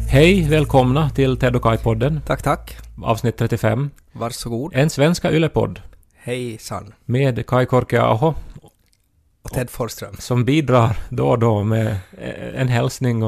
Hej, välkomna till Ted och Kai-podden. Tack. Avsnitt 35. Varsågod. En svenska yllepodd. Hejsan. Med Kai Korkeaho. Och Ted Forsström. Som bidrar då och då med en hälsning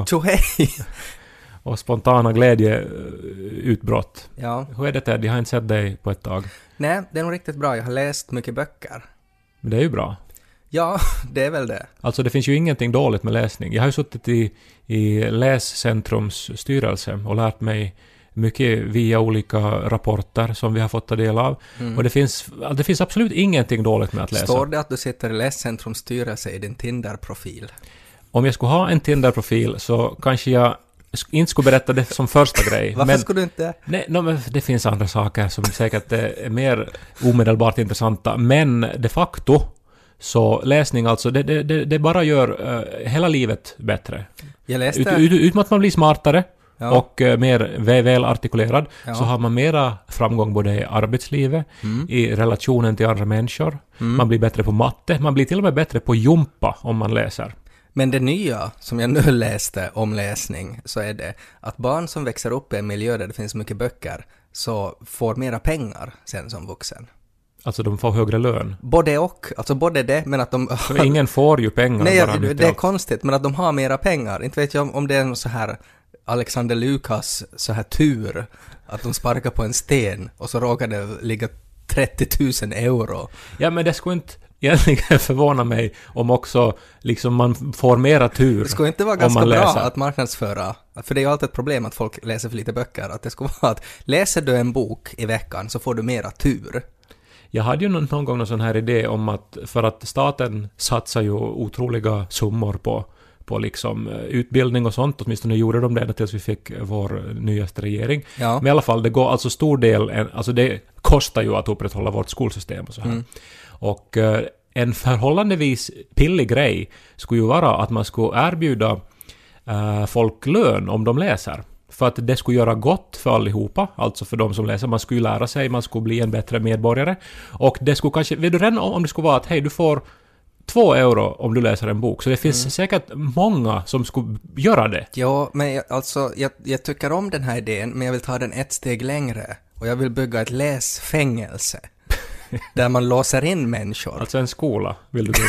och spontana glädjeutbrott. Ja. Hur är det, Ted? Jag har inte sett dig på ett tag. Nej, det är nog riktigt bra. Jag har läst mycket böcker. Men det är ju bra. Ja, det är väl det. Alltså det finns ju ingenting dåligt med läsning. Jag har ju suttit i Läscentrums styrelse och lärt mig mycket via olika rapporter som vi har fått ta del av. Och det finns absolut ingenting dåligt med att läsa. Står det att du sitter i Läscentrums styrelse i din Tinder-profil? Om jag skulle ha en Tinder-profil så kanske jag inte skulle berätta det som första grej. Varför skulle du inte? Nej, men det finns andra saker som säkert är mer omedelbart intressanta. Men de facto så läsning alltså, det bara gör hela livet bättre. Jag läste... Utom att man blir smartare. Ja. Och mer välartikulerad, så har man mera framgång både i arbetslivet, i relationen till andra människor. Man blir bättre på matte, man blir till och med bättre på jumpa om man läser. Men det nya som jag nu läste om läsning, så är det att barn som växer upp i en miljö där det finns mycket böcker så får mera pengar sen som vuxen. Alltså de får högre lön. Både det, men att de... För ingen får ju pengar. Nej, det är konstigt, men att de har mera pengar. Inte vet jag om det är en så här Alexander Lukas så här tur att de sparkar på en sten och så råkar det ligga 30 000 euro. Ja, men det skulle inte egentligen förvåna mig om också liksom man får mera tur. Det skulle inte vara ganska bra att marknadsföra, för det är ju alltid ett problem att folk läser för lite böcker, att det skulle vara att läser du en bok i veckan så får du mera tur. Jag hade ju någon gång en sån här idé om att för att staten satsar ju otroliga summor på liksom utbildning och sånt, åtminstone gjorde de det tills vi fick vår nyaste regering. Ja. Men i alla fall, det går alltså stor del, alltså det kostar ju att upprätthålla vårt skolsystem och så här. Och en förhållandevis pillig grej skulle ju vara att man skulle erbjuda folk lön om de läser. För att det skulle göra gott för allihopa, alltså för de som läser. Man skulle lära sig, man skulle bli en bättre medborgare. Och det skulle kanske, vet du redan om det skulle vara att hej, du får 2 euro om du läser en bok. Så det finns säkert många som skulle göra det. Ja, men jag tycker om den här idén, men jag vill ta den ett steg längre. Och jag vill bygga ett läsfängelse. Där man låser in människor. Alltså en skola, vill du bygga?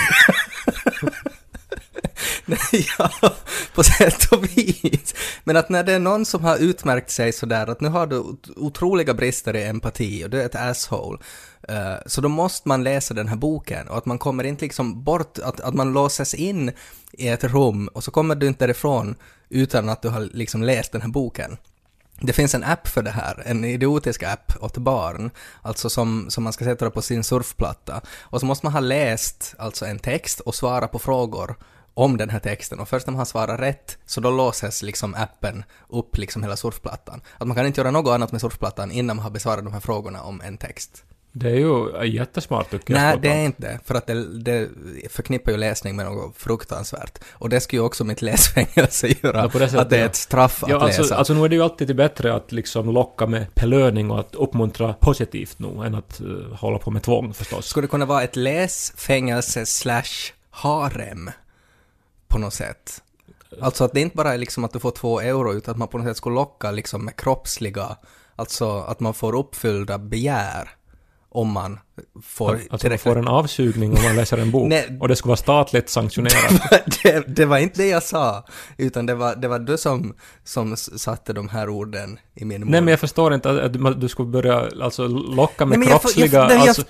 Ja, på sätt och vis. Men att när det är någon som har utmärkt sig sådär, att nu har du otroliga brister i empati och du är ett asshole, så då måste man läsa den här boken, och att man kommer inte liksom bort, att man låses in i ett rum och så kommer du inte därifrån utan att du har liksom läst den här boken. Det finns en app för det här, en idiotisk app åt barn, alltså som man ska sätta på sin surfplatta, och så måste man ha läst alltså en text och svara på frågor om den här texten, och först när man har svarat rätt så då låses liksom appen upp liksom hela surfplattan. Att man kan inte göra något annat med surfplattan innan man har besvarat de här frågorna om en text. Det är ju jättesmart tycker jag. Nej, det är inte, för att det förknippar ju läsning med något fruktansvärt. Och det skulle ju också mitt läsfängelse göra, att det är ett straff att läsa. Alltså nu är det ju alltid bättre att liksom locka med belöning och att uppmuntra positivt nog än att hålla på med tvång förstås. Skulle det kunna vara ett läsfängelse / harem på något sätt? Alltså att det inte bara är liksom att du får 2 euro, utan att man på något sätt skulle locka liksom med kroppsliga, alltså att man får uppfyllda begär om man får alltså man får en avsugning om man läser en bok. Nej, och det ska vara statligt sanktionerat. det var inte det jag sa, utan det var du som satte de här orden i min mun. Nej, men jag förstår inte att du skulle börja alltså locka med kroppsliga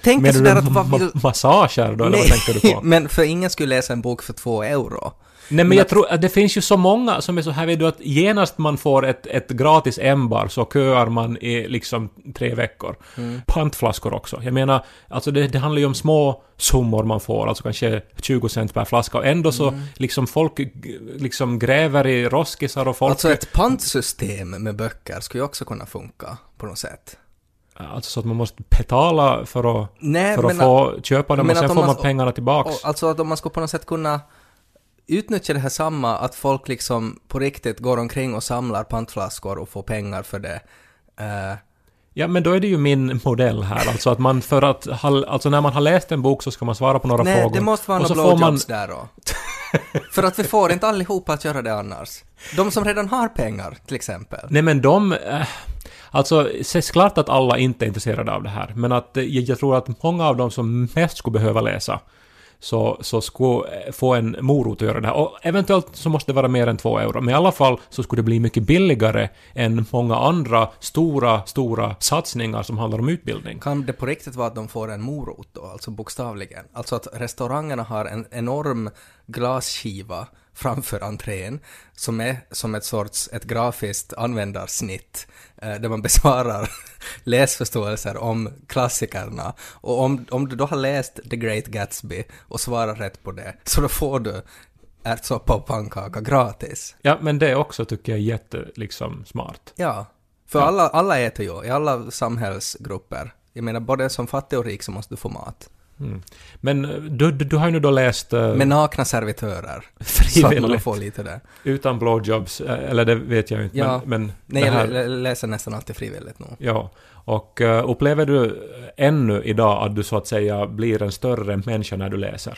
med massager då, eller vad tänkte du på? Men för ingen skulle läsa en bok för 2 euro. Nej, men jag tror att det finns ju så många som är så här, vet du, att genast man får ett gratis M-bar så köar man i liksom 3 veckor. Pantflaskor också. Jag menar, alltså det handlar ju om små summor man får, alltså kanske 20 cent per flaska, och ändå så liksom folk liksom gräver i roskisar och folk... Alltså ett pantsystem med böcker skulle ju också kunna funka på något sätt. Alltså så att man måste betala för att få köpa dem och sen får man pengarna tillbaks. Alltså att om man skulle på något sätt kunna utnyttja det här samma, att folk liksom på riktigt går omkring och samlar pantflaskor och får pengar för det. Ja, men då är det ju min modell här. Alltså att man alltså när man har läst en bok så ska man svara på några frågor. Nej, det måste vara några blowjobs där då. För att vi får inte allihopa att göra det annars. De som redan har pengar, till exempel. Nej men alltså, det är klart att alla inte är intresserade av det här, men att jag tror att många av dem som mest skulle behöva läsa så skulle få en morot att göra det här. Och eventuellt så måste det vara mer än 2 euro. Men i alla fall så skulle det bli mycket billigare än många andra stora satsningar som handlar om utbildning. Kan det på riktigt vara att de får en morot då, alltså bokstavligen? Alltså att restaurangerna har en enorm glasskiva framför entrén som är som ett grafiskt användarsnitt där man besvarar läsförståelser om klassikerna. Och om du då har läst The Great Gatsby och svarar rätt på det, så då får du ärtsoppa och pannkaka gratis. Ja, men det också tycker jag är smart. Ja, för alla äter ju i alla samhällsgrupper. Jag menar, både som fattig och rik så måste du få mat. Mm. Men du har ju nu då läst... med nakna servitörer. Frivilligt. Så att man får lite där. Utan blowjobs, eller det vet jag inte. Ja. Men nej, här... jag läser nästan alltid frivilligt nu. Ja, och upplever du ännu idag att du så att säga blir en större människa när du läser?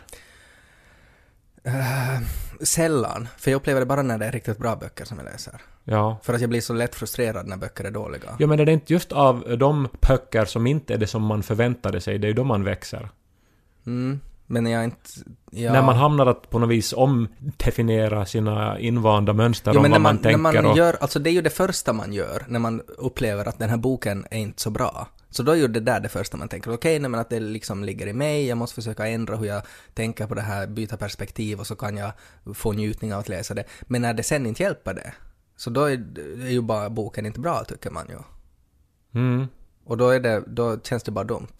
Sällan, för jag upplever det bara när det är riktigt bra böcker som jag läser. Ja. För att jag blir så lätt frustrerad när böcker är dåliga. Ja, men är det inte just av de böcker som inte är det som man förväntade sig, det är ju då man växer. Men jag inte... Ja. När man hamnar att på något vis omdefiniera sina invanda mönster om vad man tänker. När man gör, alltså det är ju det första man gör när man upplever att den här boken är inte så bra. Så då är ju det där det första man tänker. Okej, men att det liksom ligger i mig, jag måste försöka ändra hur jag tänker på det här, byta perspektiv och så kan jag få njutning av att läsa det. Men när det sen inte hjälper det, så då är ju bara boken inte bra, tycker man ju. Och då känns det bara dumt.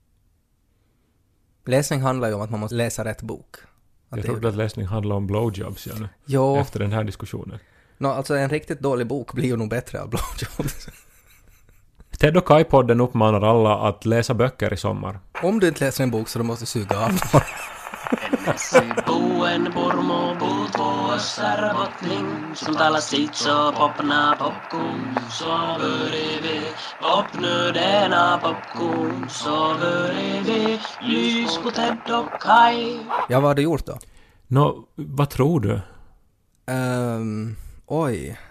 Läsning handlar ju om att man måste läsa rätt bok. Jag trodde att läsning handlar om blowjobs efter den här diskussionen. Alltså en riktigt dålig bok blir ju nog bättre av blowjobs. Ted och Kai-podden uppmanar alla att läsa böcker i sommar. Om du inte läser en bok så du måste suga av dem. Buen burmo buto sarvotning som talar sitt så popna popcorn så börjar popnödena popcorn så börjar lys på Ted och Kai. Ja, vad har du gjort då? Vad tror du? Oj.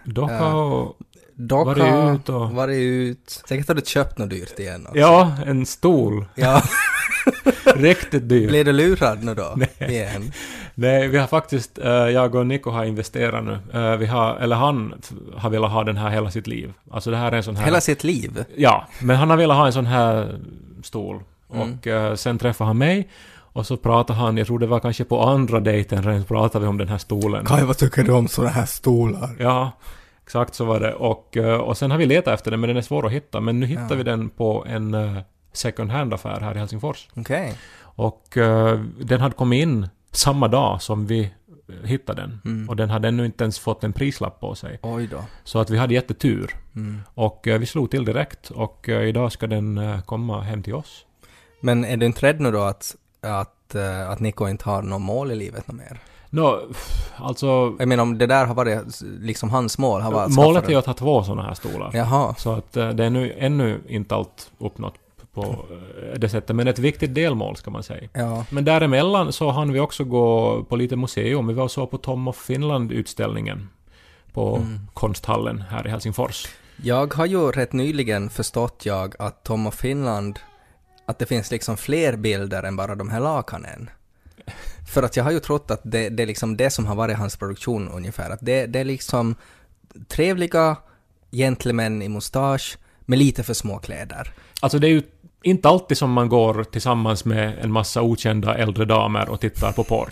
Varit ut. Säkert har du köpt något dyrt igen också. Ja, en stol. Ja. Riktigt dyrt. Blir du lurad nu då? Nej. Igen? Nej, vi har faktiskt, jag och Nico har investerat nu. Han har velat ha den här hela sitt liv. Alltså det här är en sån här... Hela sitt liv? Ja, men han har velat ha en sån här stol. Och sen träffade han mig. Och så pratade han, jag tror det var kanske på andra dejten, redan pratade vi om den här stolen. Kaj, vad tycker du om såna här stolar? Ja, exakt så var det. Och sen har vi letat efter den, men den är svår att hitta. Men nu hittar vi den på en second hand-affär här i Helsingfors. Okej. Och den hade kommit in samma dag som vi hittade den. Och den hade ännu inte ens fått en prislapp på sig. Oj då. Så att vi hade jättetur. Och vi slog till direkt. Och idag ska den komma hem till oss. Men är du inte rädd nu då att Nico inte har något mål i livet mer? Alltså... Jag menar, om det där har varit liksom hans mål har varit... Målet är att ha 2 sådana här stolar. Jaha. Så att det är ännu inte allt uppnått på det sättet. Men ett viktigt delmål ska man säga. Ja. Men däremellan så hann vi också gå på lite museum. Vi var och så på Tom of Finland-utställningen på konsthallen här i Helsingfors. Jag har ju rätt nyligen förstått att Tom of Finland, att det finns liksom fler bilder än bara de här lakanen. För att jag har ju trott att det är liksom det som har varit hans produktion ungefär. Att det är liksom trevliga gentlemän i mustasch med lite för små kläder. Alltså det är ju inte alltid som man går tillsammans med en massa okända äldre damer och tittar på porr.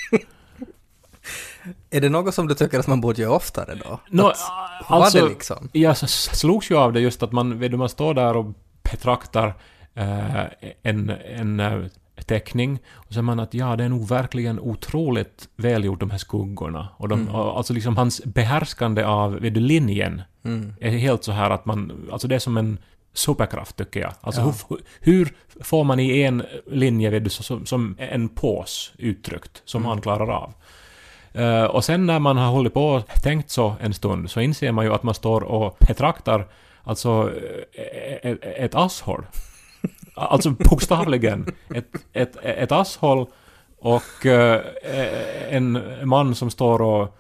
Är det något som du tycker att man borde göra oftare då? Alltså, det liksom? Jag slogs ju av det just att man står där och betraktar en teckning och så säger man att det är nog verkligen otroligt välgjort de här skuggorna och alltså liksom hans behärskande av linjen är helt så här att alltså det är som en superkraft tycker jag. Alltså hur får man i en linje som en pås uttryckt som han klarar av. Och sen när man har hållit på och tänkt så en stund så inser man ju att man står och betraktar alltså ett asshåll. Alltså bokstavligen ett asshåll och en man som står och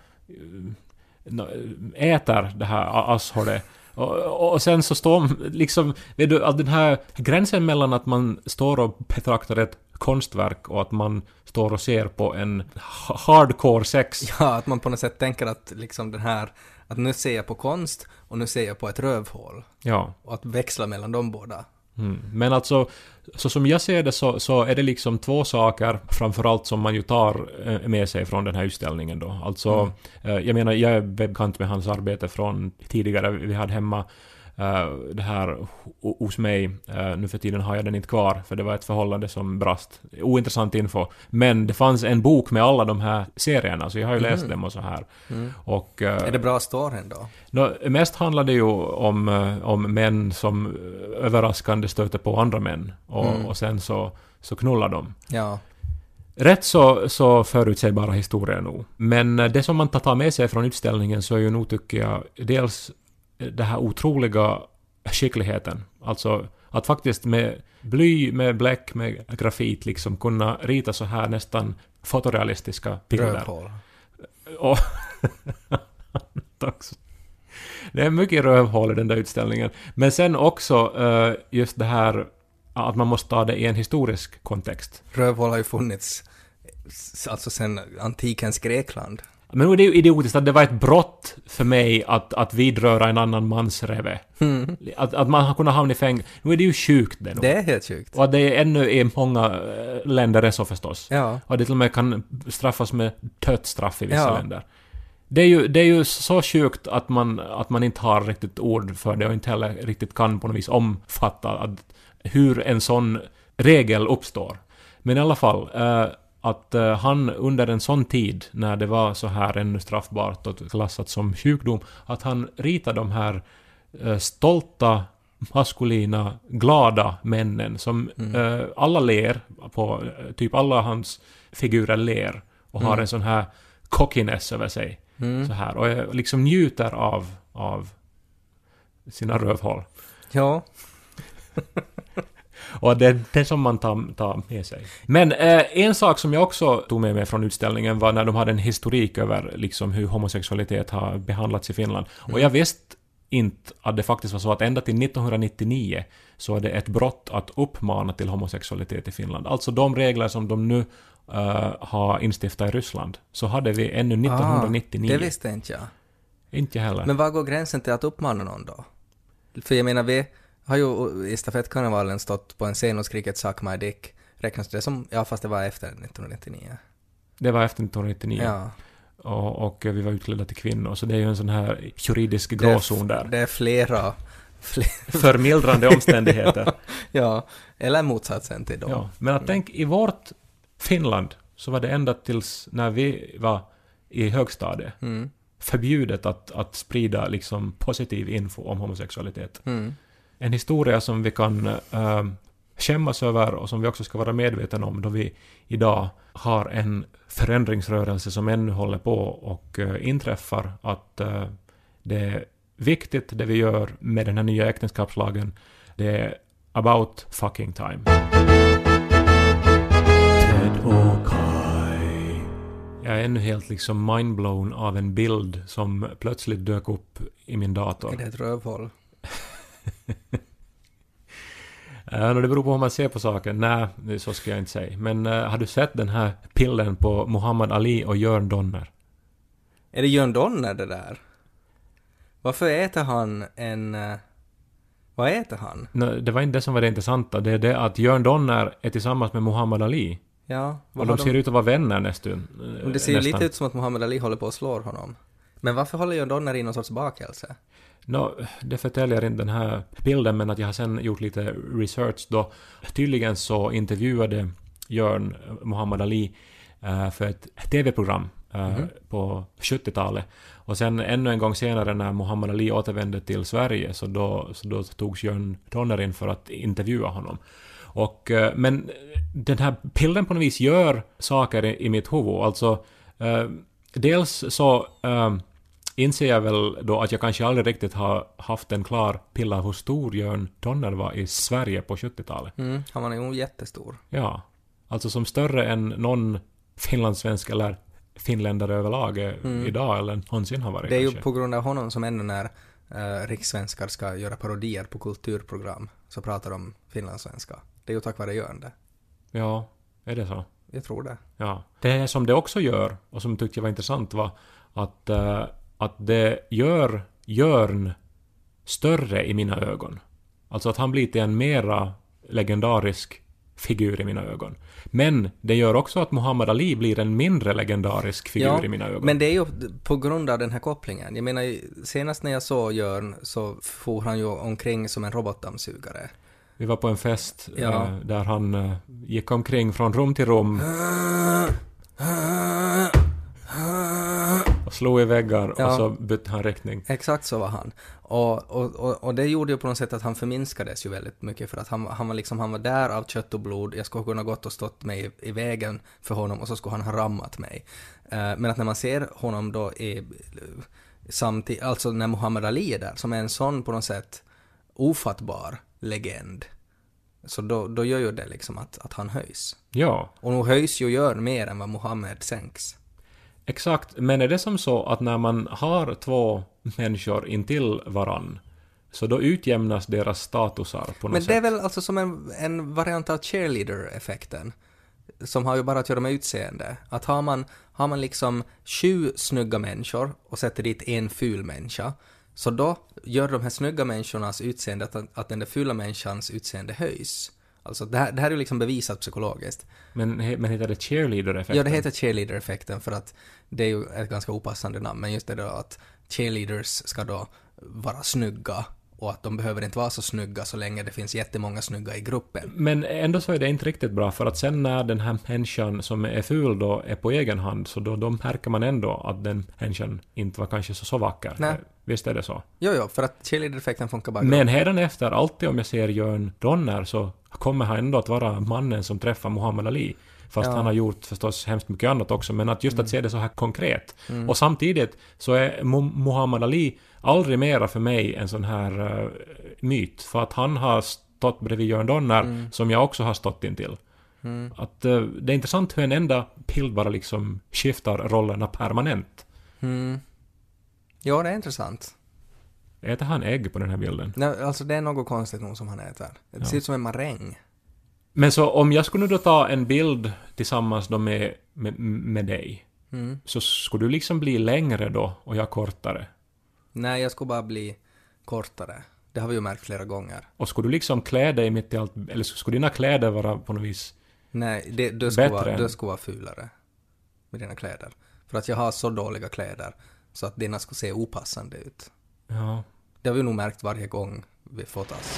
äter det här asshållet. Och sen så står liksom, vet du, att den här gränsen mellan att man står och betraktar ett konstverk och att man står och ser på en hardcore sex. Ja, att man på något sätt tänker att liksom den här, att nu ser jag på konst och nu ser jag på ett rövhål. Ja. Och att växla mellan de båda. Men alltså, så som jag ser det så är det liksom två saker framförallt som man ju tar med sig från den här utställningen då. Alltså, jag menar, jag är bekant med hans arbete från tidigare. Vi hade hemma det här hos mig. Nu för tiden har jag den inte kvar, för det var ett förhållande som brast. Ointressant info. Men det fanns en bok med alla de här serierna, så jag har ju läst dem och så här. Och, är det bra storyn då? Mest handlar det ju om män som överraskande stöter på andra män. Och sen så knullar de. Ja. Rätt så förutsägbara historier nog. Men det som man tar med sig från utställningen så är ju nog, tycker jag, dels det här otroliga skickligheten. Alltså att faktiskt med bly, med bläck, med grafit liksom kunna rita så här nästan fotorealistiska bilder. Rövhål. Och det är mycket rövhål i den där utställningen. Men sen också just det här att man måste ta det i en historisk kontext. Rövhål har ju funnits alltså sedan antikens Grekland. Men nu är det ju idiotiskt att det var ett brott för mig att vidröra en annan mans reve. Att man har kunnat hamna i fängelse. Nu är det ju sjukt det nog. Det är helt sjukt. Och att det är ännu i många länder är så förstås. Ja. Och det till och med kan straffas med dödsstraff i vissa länder. Det är ju så sjukt att man inte har riktigt ord för det och inte heller riktigt kan på något vis omfatta hur en sån regel uppstår. Men i alla fall, att han under en sån tid när det var så här ännu straffbart och klassat som sjukdom, att han ritade de här stolta, maskulina, glada männen som alla ler på, typ alla hans figurer ler och har en sån här cockiness över sig så här, och liksom njuter av sina rövhål. Ja. Och det är det som man tar med sig. Men en sak som jag också tog med mig från utställningen var när de hade en historik över liksom hur homosexualitet har behandlats i Finland. Och jag visste inte att det faktiskt var så att ända till 1999 så är det ett brott att uppmana till homosexualitet i Finland. Alltså de regler som de nu har instiftat i Ryssland, så hade vi ännu 1999. Det visste inte jag. Inte heller. Men vad går gränsen till att uppmana någon då? För jag menar, vi har ju i stafettkarnevalen stått på en scen och skrikit "Suck my dick". Räknas det som, ja, fast det var efter 1999. Det var efter 1999. Ja. Och vi var utklädda till kvinnor, så det är ju en sån här juridisk gråzon där. Det är flera förmildrande omständigheter. Ja, eller motsatsen till dem. Ja, men att tänk, i vårt Finland så var det ända tills när vi var i högstadiet förbjudet att sprida liksom positiv info om homosexualitet. En historia som vi kan skämmas över och som vi också ska vara medvetna om då vi idag har en förändringsrörelse som ännu håller på och inträffar, att det är viktigt det vi gör med den här nya äktenskapslagen. Det är about fucking time. Ted och Kai. Jag är ännu helt liksom mindblown av en bild som plötsligt dök upp i min dator. Är det ett rövhål? Det beror på hur man ser på saken. Nej, så ska jag inte säga. Men har du sett den här pillen på Muhammad Ali och Jörn Donner? Är det Jörn Donner det där? Varför äter han vad äter han? Det var inte det som var det intressanta. Det är det att Jörn Donner är tillsammans med Muhammad Ali. Ja. Och de ser ut att vara vänner nästan. Det ser ju lite ut som att Muhammad Ali håller på att slå honom. Men varför håller Jörn Donner i någon sorts bakhälse? Det förtäljer inte den här bilden, men att jag har sen gjort lite research då. Tydligen så intervjuade Jörn Muhammad Ali för ett tv-program på 70-talet. Och sen ännu en gång senare när Muhammad Ali återvände till Sverige så då togs Jörn Donner in för att intervjua honom. Men den här bilden på något vis gör saker i mitt huvud. Alltså, dels så inser jag väl då att jag kanske aldrig riktigt har haft en klar bild av hur stor Jörn Donner var i Sverige på 70-talet. Han var ju jättestor. Ja, alltså som större än någon finlandssvensk eller finländare överlag idag eller någonsin har varit. Det är kanske. ju på grund av honom som ännu när rikssvenskar ska göra parodier på kulturprogram så pratar de finlandssvenska. Det är ju tack vare Jörn det. Ja, är det så? Jag tror det. Ja. Det som det också gör, och som jag tyckte var intressant, var att det gör Jörn större i mina ögon. Alltså att han blir till en mera legendarisk figur i mina ögon. Men det gör också att Muhammad Ali blir en mindre legendarisk figur i mina ögon. Men det är ju på grund av den här kopplingen. Jag menar, senast när jag såg Jörn så for han ju omkring som en robotdammsugare. Vi var på en fest där han gick omkring från rum till rum och slog i väggar och så bytte han riktning. Exakt så var han. Och det gjorde ju på något sätt att han förminskades ju väldigt mycket för att han var där av kött och blod. Jag skulle kunna gått och stått mig i vägen för honom och så skulle han ha rammat mig. Men att när man ser honom då samtidigt, alltså när Muhammad Ali är där som är en sån på något sätt ofattbar legend. Så då gör ju det liksom att han höjs. Ja. Och nu höjs ju Jörn mer än vad Muhammed sänks. Exakt, men är det som så att när man har två människor intill varann så då utjämnas deras statusar på något sätt? Men det är väl alltså som en variant av cheerleader-effekten som har ju bara att göra med utseende. Att har man liksom 7 snygga människor och sätter dit en ful människa så då gör de här snygga människornas utseende att den där fula människans utseende höjs. Alltså det här är ju liksom bevisat psykologiskt. Men heter det cheerleader-effekten? Ja, det heter cheerleader-effekten för att det är ju ett ganska opassande namn. Men just det då att cheerleaders ska då vara snygga och att de behöver inte vara så snygga så länge det finns jättemånga snygga i gruppen. Men ändå så är det inte riktigt bra för att sen när den här människan som är ful då är på egen hand så då märker man ändå att den människan inte var kanske så vacker. Nej. Visst är det så? Jo, för att cheerleader-effekten funkar bara. Men hädanefter, alltid om jag ser Jörn Donner så kommer han ändå att vara mannen som träffar Muhammad Ali. Fast han har gjort förstås hemskt mycket annat också. Men att just att se det så här konkret. Och samtidigt så är Muhammad Ali aldrig mera för mig en sån här myt. För att han har stått bredvid Jörn Donner som jag också har stått intill. Att det är intressant hur en enda bild bara liksom skiftar rollerna permanent. Ja, det är intressant. Äter han ägg på den här bilden? Nej, alltså det är något konstigt nog som han äter. Det ser ut som en maräng. Men så om jag skulle då ta en bild tillsammans då med dig så skulle du liksom bli längre då och jag kortare? Nej, jag skulle bara bli kortare. Det har vi ju märkt flera gånger. Och skulle du liksom klä dig mitt i allt, eller skulle dina kläder vara på något vis? Nej, det skulle vara fulare med dina kläder. För att jag har så dåliga kläder så att dina skulle se opassande ut. Ja. Det har vi nog märkt varje gång vi fotas.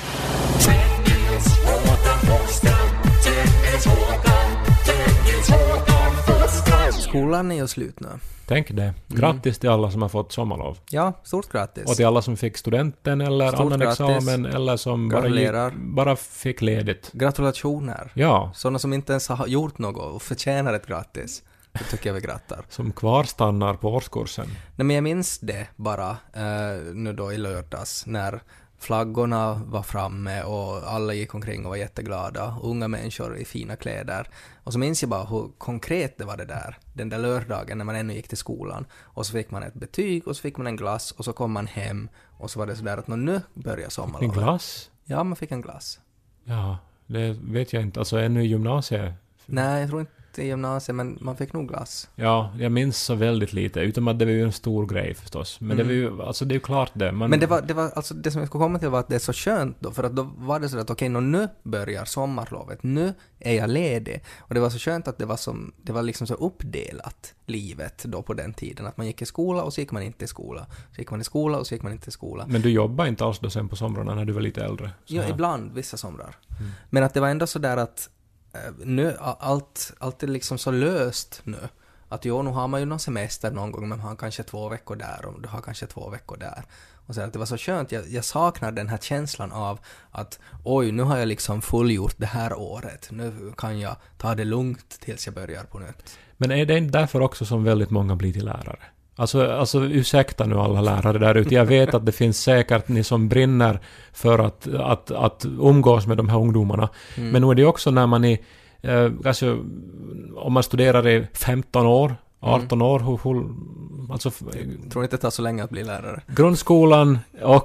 Skolan är ju slut nu. Tänk det. Grattis till alla som har fått sommarlov. Ja, stort grattis. Och till alla som fick studenten eller stort annan grattis. Examen eller som bara fick ledigt. Gratulationer. Ja. Sådana som inte ens har gjort något och förtjänar ett grattis. Det tycker jag vi grattar. Som kvarstannar på årskursen. Nej, men jag minns det bara nu då i lördags när flaggorna var framme och alla gick omkring och var jätteglada. Unga människor i fina kläder. Och så minns jag bara hur konkret det var det där. Den där lördagen när man ännu gick till skolan. Och så fick man ett betyg och så fick man en glass och så kom man hem. Och så var det sådär att nu börjar sommarlovet. En glass? Ja, man fick en glass. Ja, det vet jag inte. Alltså ännu i gymnasiet. Nej, jag tror inte i gymnasiet, men man fick nog glass. Ja, jag minns så väldigt lite. Utom att det var ju en stor grej förstås. Men det var ju, alltså det är ju klart det. Men det var alltså det som jag skulle komma till var att det är så skönt då. För att då var det så att okej, nu börjar sommarlovet. Nu är jag ledig. Och det var så skönt att det var liksom så uppdelat livet då på den tiden. Att man gick i skola och så gick man inte i skola. Så gick man i skola och så gick man inte i skola. Men du jobbade inte alls då sen på somrarna när du var lite äldre? Ja, ibland, vissa somrar. Men att det var ändå så där att nu, allt är liksom så löst nu. Att nu har man ju någon semester någon gång, men man har kanske 2 veckor där och du har kanske 2 veckor där. Och så att det var så skönt, jag saknar den här känslan av att oj, nu har jag liksom fullgjort det här året. Nu kan jag ta det lugnt tills jag börjar på nytt. Men är det inte därför också som väldigt många blir till lärare? Alltså ursäkta nu alla lärare där ute. Jag vet att det finns säkert ni som brinner för att umgås med de här ungdomarna. Men nu är det också när man kanske om man studerar i 15 år, 18 år, alltså Tror inte det tar så länge att bli lärare. grundskolan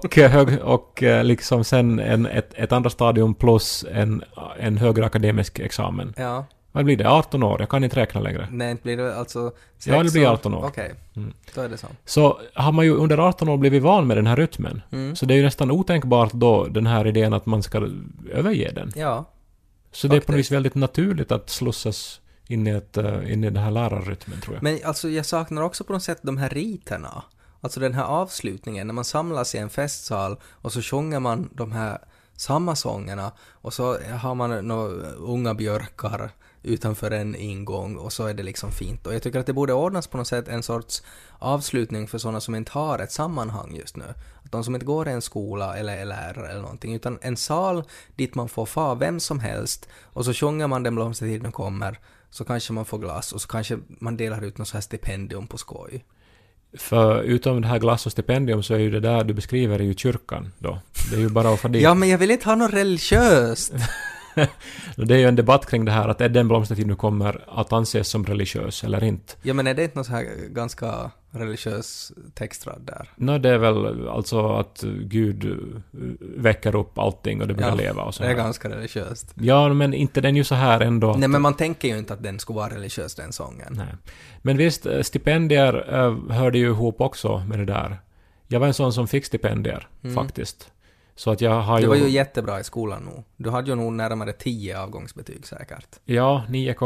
och liksom sen ett andra stadium plus en högre akademisk examen. Ja. Vad blir det? 18 år? Jag kan inte räkna längre. Nej, inte blir det alltså... Ja, det blir 18 år. Okej, då är det så. Så har man ju under 18 år blivit van med den här rytmen. Så det är ju nästan otänkbart då den här idén att man ska överge den. Ja. Så det är på något vis väldigt naturligt att slussas in i den här lärarrytmen, tror jag. Men alltså jag saknar också på något sätt de här riterna. Alltså den här avslutningen när man samlas i en festsal och så sjunger man de här samma sångerna och så har man några unga björkar utanför en ingång och så är det liksom fint. Och jag tycker att det borde ordnas på något sätt en sorts avslutning för sådana som inte har ett sammanhang just nu. Att de som inte går i en skola eller är lärare eller någonting, utan en sal dit man får få vem som helst och så sjunger man Den blomstertiden kommer, så kanske man får glass och så kanske man delar ut något så här stipendium på skoj. För utom det här glass och stipendium så är ju det där du beskriver är ju kyrkan då. Det är ju bara att få dit. Ja, men jag vill inte ha något religiöst. Det är ju en debatt kring det här att är den blomstertid nu kommer att anses som religiös eller inte. Ja, men är det inte något så här ganska religiös textrad där? No, det är väl alltså att Gud väcker upp allting och det börjar leva och så det är här. ganska religiöst. Ja, men inte den ju så här ändå. Nej, men man tänker ju inte att den skulle vara religiös, den sången. Nej. Men visst, stipendier hörde ju ihop också med det där. Jag var en sån som fick stipendier, faktiskt. Så att jag har Det var ju jättebra i skolan nu. Du hade ju nog närmare 10 avgångsbetyg säkert. Ja,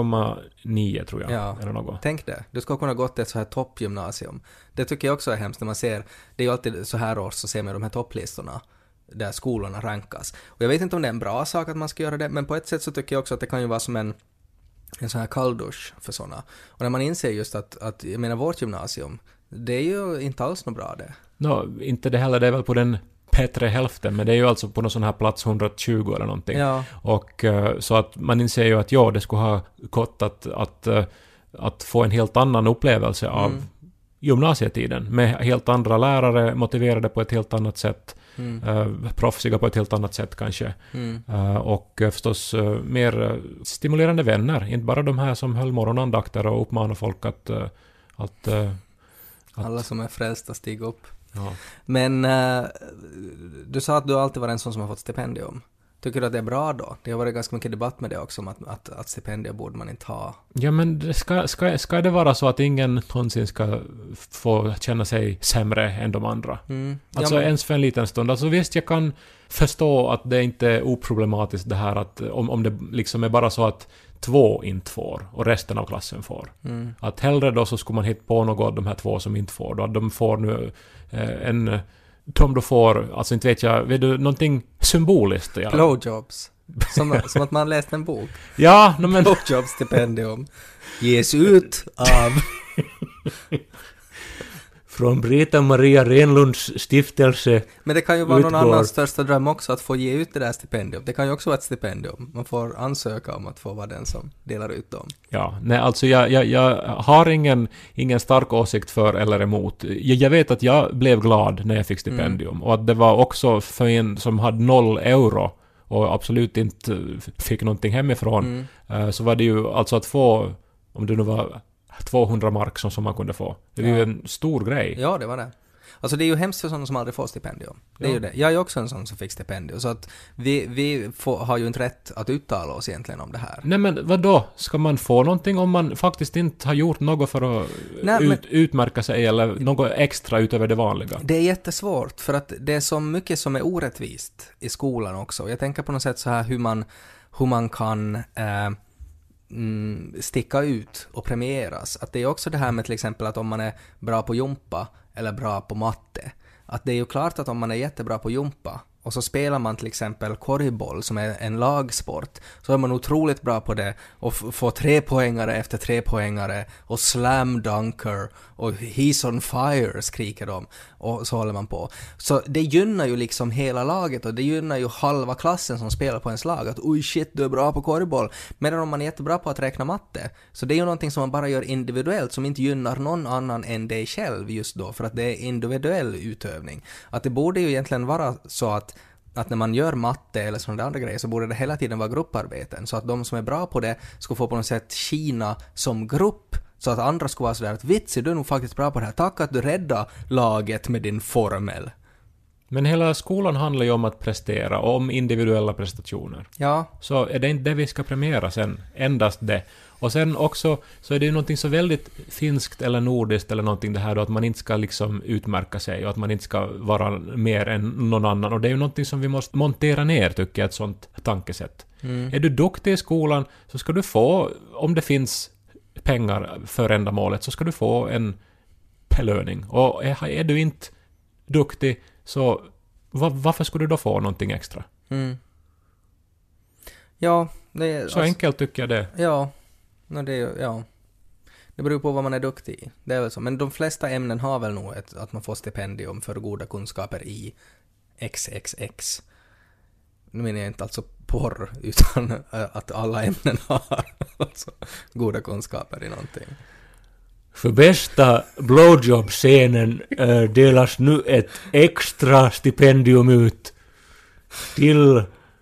9,9 tror jag. Ja, eller något. tänk det. Du ska kunna gå till ett så här toppgymnasium. Det tycker jag också är hemskt när man ser, det är ju alltid så här års så ser man de här topplistorna där skolorna rankas. Och jag vet inte om det är en bra sak att man ska göra det, men på ett sätt så tycker jag också att det kan ju vara som en sån här kalldusch för såna. Och när man inser just att jag menar vårt gymnasium, det är ju inte alls något bra det. Inte det heller, det är väl på den bättre hälften, men det är ju alltså på någon sån här plats 120 eller någonting. Ja. Och så att man inser ju att det skulle ha gått att få en helt annan upplevelse av gymnasietiden med helt andra lärare, motiverade på ett helt annat sätt, proffsiga på ett helt annat sätt kanske. Och förstås mer stimulerande vänner, inte bara de här som höll morgonandakter och uppmanade folk att alla som är frälsta stig upp. Ja. Men du sa att du alltid var en sån som har fått stipendium. Tycker du att det är bra då? Det har varit ganska mycket debatt med det också om att stipendier borde man inte ha. Ja, men ska det vara så att ingen någonsin ska få känna sig sämre än de andra? Alltså ens för en liten stund. Alltså visst, jag kan förstå att det inte är oproblematiskt det här att om det liksom är bara så att 2 inte får och resten av klassen får. Att hellre då så skulle man hitta på något av de här 2 som inte får. Då att de får nu de då får, alltså inte vet jag, vet du, någonting symboliskt. Ja. Blowjobs. Som att man läst en bok. Ja, men... Blowjob-stipendium ges ut av... Från Brita Maria Renlunds stiftelse. Men det kan ju vara någon annans största dröm också att få ge ut det där stipendium. Det kan ju också vara ett stipendium. Man får ansöka om att få vara den som delar ut dem. Ja, nej, alltså jag har ingen stark åsikt för eller emot. Jag vet att jag blev glad när jag fick stipendium. Och att det var också för en som hade 0 euro och absolut inte fick någonting hemifrån. Så var det ju alltså att få, om det nu var 200 mark som man kunde få. Det är ju en stor grej. Ja, det var det. Alltså det är ju hemskt för sådana som aldrig får stipendium. Det är ju det. Jag är också en sån som fick stipendium. Så att vi har ju inte rätt att uttala oss egentligen om det här. Nej, men vad då? Ska man få någonting om man faktiskt inte har gjort något för att utmärka sig eller något extra utöver det vanliga? Det är jättesvårt för att det är så mycket som är orättvist i skolan också. Jag tänker på något sätt så här hur man kan... sticka ut och premieras. Att det är också det här med till exempel att om man är bra på jumpa eller bra på matte. Att det är ju klart att om man är jättebra på jumpa och så spelar man till exempel korgboll som är en lagsport, så är man otroligt bra på det och får 3-poängare efter 3-poängare och slam dunker och he's on fire skriker de och så håller man på. Så det gynnar ju liksom hela laget och det gynnar ju halva klassen som spelar på ens lag att oj shit, du är bra på korgboll. Medan om man är jättebra på att räkna matte, så det är ju någonting som man bara gör individuellt som inte gynnar någon annan än dig själv just då, för att det är individuell utövning. Att det borde ju egentligen vara så att att när man gör matte eller sådana andra grejer så borde det hela tiden vara grupparbeten. Så att de som är bra på det ska få på något sätt skina som grupp. Så att andra ska vara sådär att vitsi, du är nog faktiskt bra på det här. Tack att du räddar laget med din formel. Men hela skolan handlar ju om att prestera och om individuella prestationer. Ja. Så är det inte det vi ska premiera sen, endast det. Och sen också så är det ju någonting så väldigt finskt eller nordiskt eller någonting det här då att man inte ska liksom utmärka sig och att man inte ska vara mer än någon annan. Och det är ju någonting som vi måste montera ner, tycker jag, ett sånt tankesätt. Är du duktig i skolan så ska du få, om det finns pengar för ändamålet, så ska du få en belöning. Och är du inte duktig så varför skulle du då få någonting extra? Ja, det är... Så enkelt tycker jag det. Ja, det beror på vad man är duktig i. Det är väl så. Men de flesta ämnen har väl nog att man får stipendium för goda kunskaper i XXX. Nu menar jag inte alltså porr, utan att alla ämnen har alltså goda kunskaper i någonting. För bästa blowjob-scenen delas nu ett extra stipendium ut till...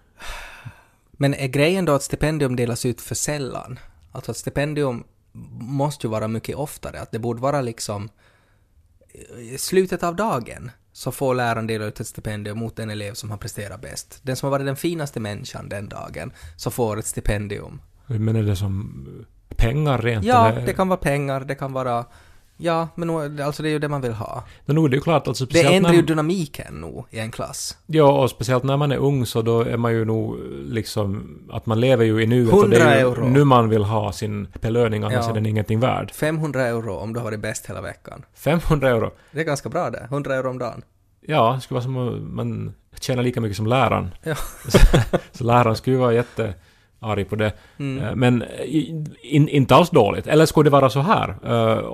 Men är grejen då att stipendium delas ut för sällan? Alltså att stipendium måste ju vara mycket oftare. Att det borde vara liksom i slutet av dagen så får läraren dela ut ett stipendium mot en elev som har presterat bäst. Den som har varit den finaste människan den dagen så får ett stipendium. Men är det som pengar rent? Ja, eller? det kan vara pengar, det kan vara... Ja, men alltså det är ju det man vill ha. Men nog är det ju klart, alltså det ändrar ju dynamiken nog i en klass. Ja, och speciellt när man är ung så då är man ju nog liksom att man lever ju i nuet 100 och det är ju euro. Nu man vill ha sin belöning, annars är den ingenting värd. 500 euro om du har varit bäst hela veckan. 500 euro? Det är ganska bra det. 100 euro om dagen. Ja, det skulle vara som att man tjänar lika mycket som läraren. Ja. så läraren skulle ju vara jättearg på det. Men inte alls dåligt. Eller skulle det vara så här,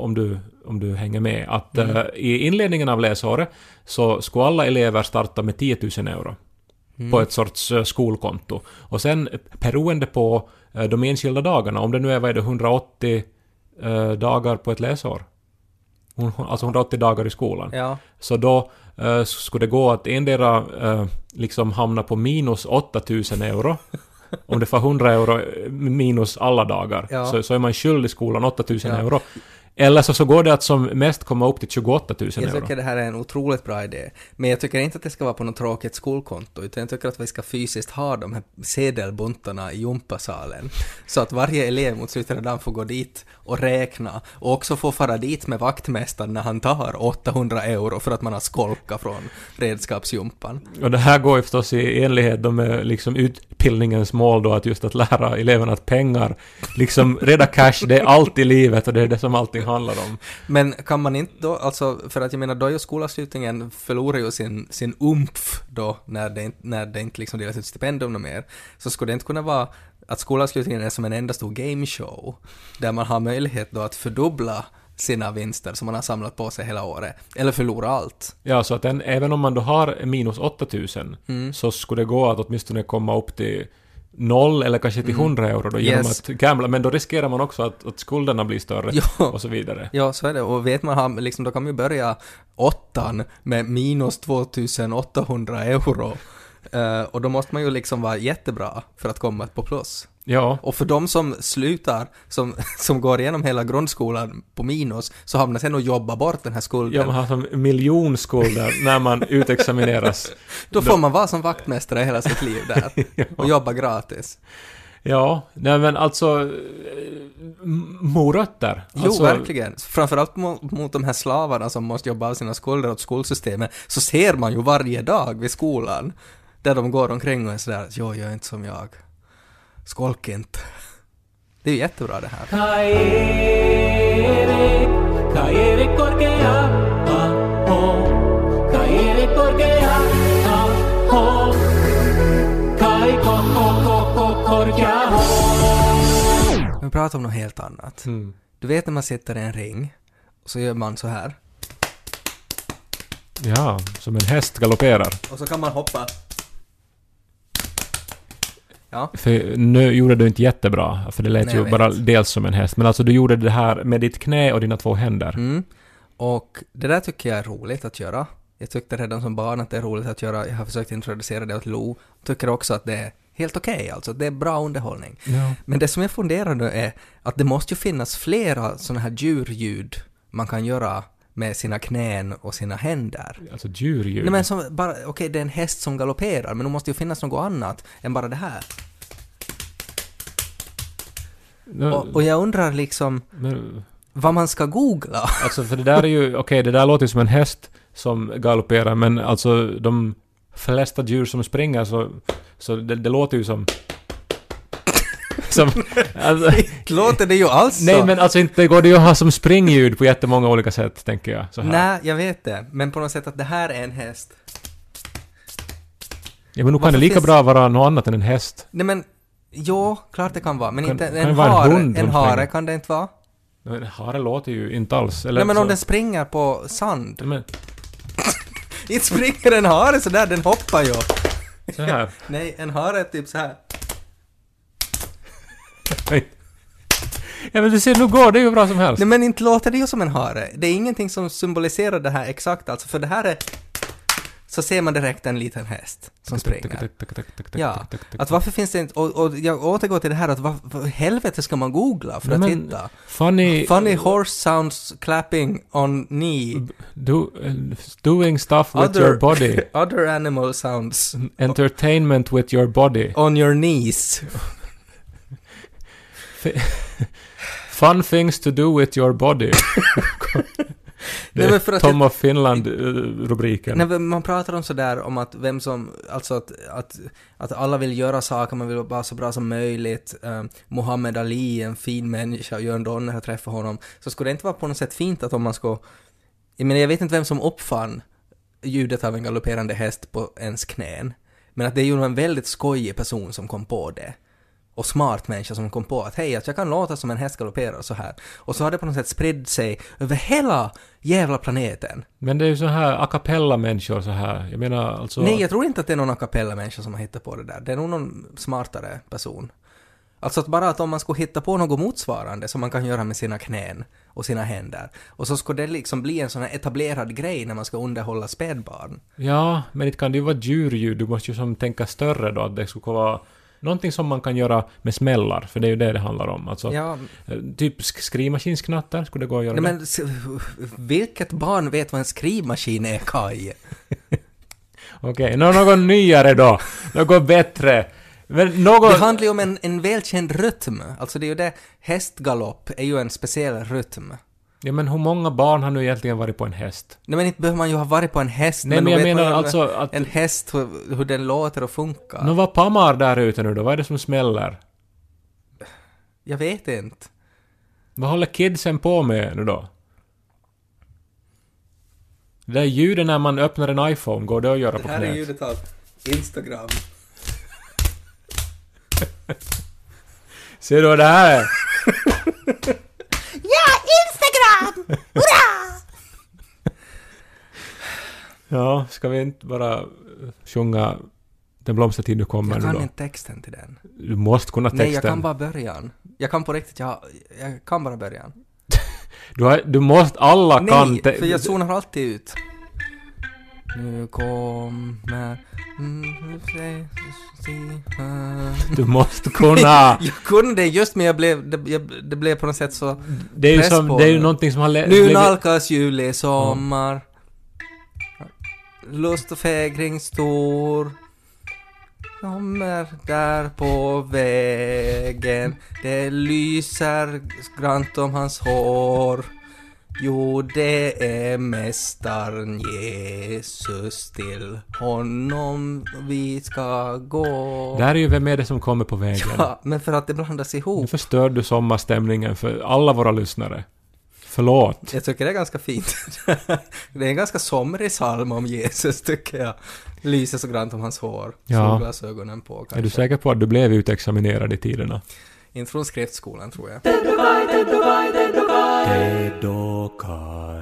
om du hänger med, att i inledningen av läsåret så skulle alla elever starta med 10 000 euro på ett sorts skolkonto. Och sen beroende på de enskilda dagarna, om det nu är 180 dagar på ett läsår, alltså 180 dagar i skolan, så då skulle det gå att endera liksom hamna på minus 8 000 euro. Om det får 100 euro minus alla dagar så är man skyldig i skolan 8 000 euro. Eller så går det att som mest komma upp till 28 000 euro. Jag tycker det här är en otroligt bra idé. Men jag tycker inte att det ska vara på något tråkigt skolkonto, utan jag tycker att vi ska fysiskt ha de här sedelbuntarna i gympasalen. Så att varje elev mot slutet av dagen får gå dit och räkna. Och också få fara dit med vaktmästaren när han tar 800 euro för att man har skolkat från redskapsjumpan. Och det här går ju förstås i enlighet med liksom utbildningens mål då, att just att lära eleverna att pengar, liksom reda cash, det är allt i livet och det är det som allting handlar om. Men kan man inte då, alltså för att jag menar då är ju skolavslutningen förlorar ju sin umf då när det inte liksom delas ut stipendium mer, så skulle det inte kunna vara att skolavslutningen är som en enda stor gameshow där man har möjlighet då att fördubbla sina vinster som man har samlat på sig hela året, eller förlora allt. Ja, så att även om man då har minus 8 000 så skulle det gå att åtminstone komma upp till 0 eller kanske till 100 euro då, genom att gambla, men då riskerar man också att skulderna blir större och så vidare. Ja, så är det. Och vet man liksom, då kan man ju börja 8 med minus 2800 euro. Och då måste man ju liksom vara jättebra för att komma på plus. Ja. Och för de som slutar, som går igenom hela grundskolan på minus, så hamnar sen och jobba bort den här skulden. Ja, man har som miljonskulder när man utexamineras. Då får man vara som vaktmästare hela sitt liv där och jobba gratis. Ja, nej men alltså morötter. Jo, verkligen. Framförallt mot de här slavarna som måste jobba av sina skulder åt skolsystemet, så ser man ju varje dag vid skolan där de går omkring och är sådär, jag är inte som jag. Skolk inte. Det är ju jättebra det här. Vi pratar om något helt annat. Du vet när man sitter i en ring och så gör man så här. Ja, som en häst galopperar. Och så kan man hoppa. Ja. För nu gjorde du inte jättebra, för det lät ju bara dels som en häst. Men alltså du gjorde det här med ditt knä och dina 2 händer. Och det där tycker jag är roligt att göra. Jag tyckte redan som barn att det är roligt att göra. Jag har försökt introducera det åt Lo. Tycker också att det är helt okej, alltså. Det är bra underhållning. Ja. Men det som jag funderar nu är att det måste ju finnas flera sådana här djurljud man kan göra med sina knän och sina händer. Alltså djurljud. Nej, men som bara, okej, det är en häst som galopperar, men det måste ju finnas något annat än bara det här. Och jag undrar liksom vad man ska googla. Alltså för det där är ju, okej, det där låter ju som en häst som galopperar, men alltså de flesta djur som springer så det låter ju som alltså, låter det ju alls så. Nej, men alltså inte går det ju att ha som springljud på jättemånga olika sätt, tänker jag. Så här. Nej, jag vet det. Men på något sätt att det här är en häst. Ja, men nu kan det lika bra vara något annat än en häst. Nej, men jo, klart det kan vara. Men inte kan vara en hare kan det inte vara. En hare låter ju inte alls. Eller nej, men så. om den springer på sand. Men Inte springer en hare så där, den hoppar ju. så här. Nej, en hare är typ så här. Ja, men du ser, nu går det ju bra som helst. Nej, men inte låter det ju som en hare. Det är ingenting som symboliserar det här exakt, alltså. För det här är... Så ser man direkt en liten häst som springer. Ja, att varför finns det inte... Och jag återgår till det här att vad helvete ska man googla för att hitta? Funny horse sounds clapping on knee. Doing stuff with your body. Other animal sounds. Entertainment with your body. On your knees. Fun things to do with your body. Det är för att Tom of Finland-rubriken. När man pratar om sådär om att vem som, alltså att alla vill göra saker, man vill vara så bra som möjligt. Muhammad Ali, en fin människa, Jörn Donner, jag träffar honom. Så skulle det inte vara på något sätt fint att om man ska... Jag vet inte vem som uppfann ljudet av en galopperande häst på ens knän. Men att det är ju en väldigt skojig person som kom på det. Och smart människa som kom på att hej, att jag kan låta som en häst galopperar så här. Och så har det på något sätt spritt sig över hela jävla planeten. Men det är ju så här a cappella människor så här. Jag menar alltså... Nej, jag tror inte att det är någon a cappella människa som har hittat på det där. Det är nog någon smartare person. Alltså att bara att om man skulle hitta på något motsvarande som man kan göra med sina knän och sina händer. Och så skulle det liksom bli en sån här etablerad grej när man ska underhålla spädbarn. Ja, men det kan ju vara djurljud. Du måste ju som tänka större då, att det skulle vara... Någonting som man kan göra med smällar, för det är ju det handlar om. Alltså, ja. Typ skrivmaskinsknatter skulle det gå att göra. Nej, men vilket barn vet vad en skrivmaskin är, Kaj? Okej, något nyare då. Något bättre. Men Det handlar ju om en välkänd rytm. Alltså det är ju det, hästgalopp är ju en speciell rytm. Ja, men hur många barn har nu egentligen varit på en häst? Nej, men inte behöver man ju ha varit på en häst. Nej, men jag menar alltså att... En häst, hur den låter och funkar. Nå, vad pammar där ute nu då? Vad är det som smäller? Jag vet inte. Vad håller kidsen på med nu då? Det där ljudet när man öppnar en iPhone, går det att göra på knät? Det här är ljudet av Instagram. Ser du vad det här är? Ja, Instagram! Hurra! Ja, ska vi inte bara sjunga Den blomstertid du kommer nu då? Jag kan inte texten till den. Du måste kunna texten. Nej, jag kan bara början. Jag kan på riktigt, jag kan bara början. Du måste, alla kan... Nej, för jag zonar alltid ut. Nu kommer... Du måste kunna... Jag kunde just, men det blev på något sätt så... Det är ju som, det är ju någonting som har... Nu nalkas juli sommar. Lust och fägring stor. Kommer där på vägen. Det lyser grant om hans hår. Jo, det är mästaren Jesus, till honom vi ska gå. Där är ju vem är det som kommer på vägen. Ja, men för att det blandas ihop. Nu förstör du sommarstämningen för alla våra lyssnare. Förlåt. Jag tycker det är ganska fint. Det är en ganska somrig psalm om Jesus, tycker jag. Lyser så grant om hans hår. Ja. Solglasögonen på, kanske. Är du säker på att du blev utexaminerad i tiderna? Inte från skriftskolan, tror jag. Ted och Kaj.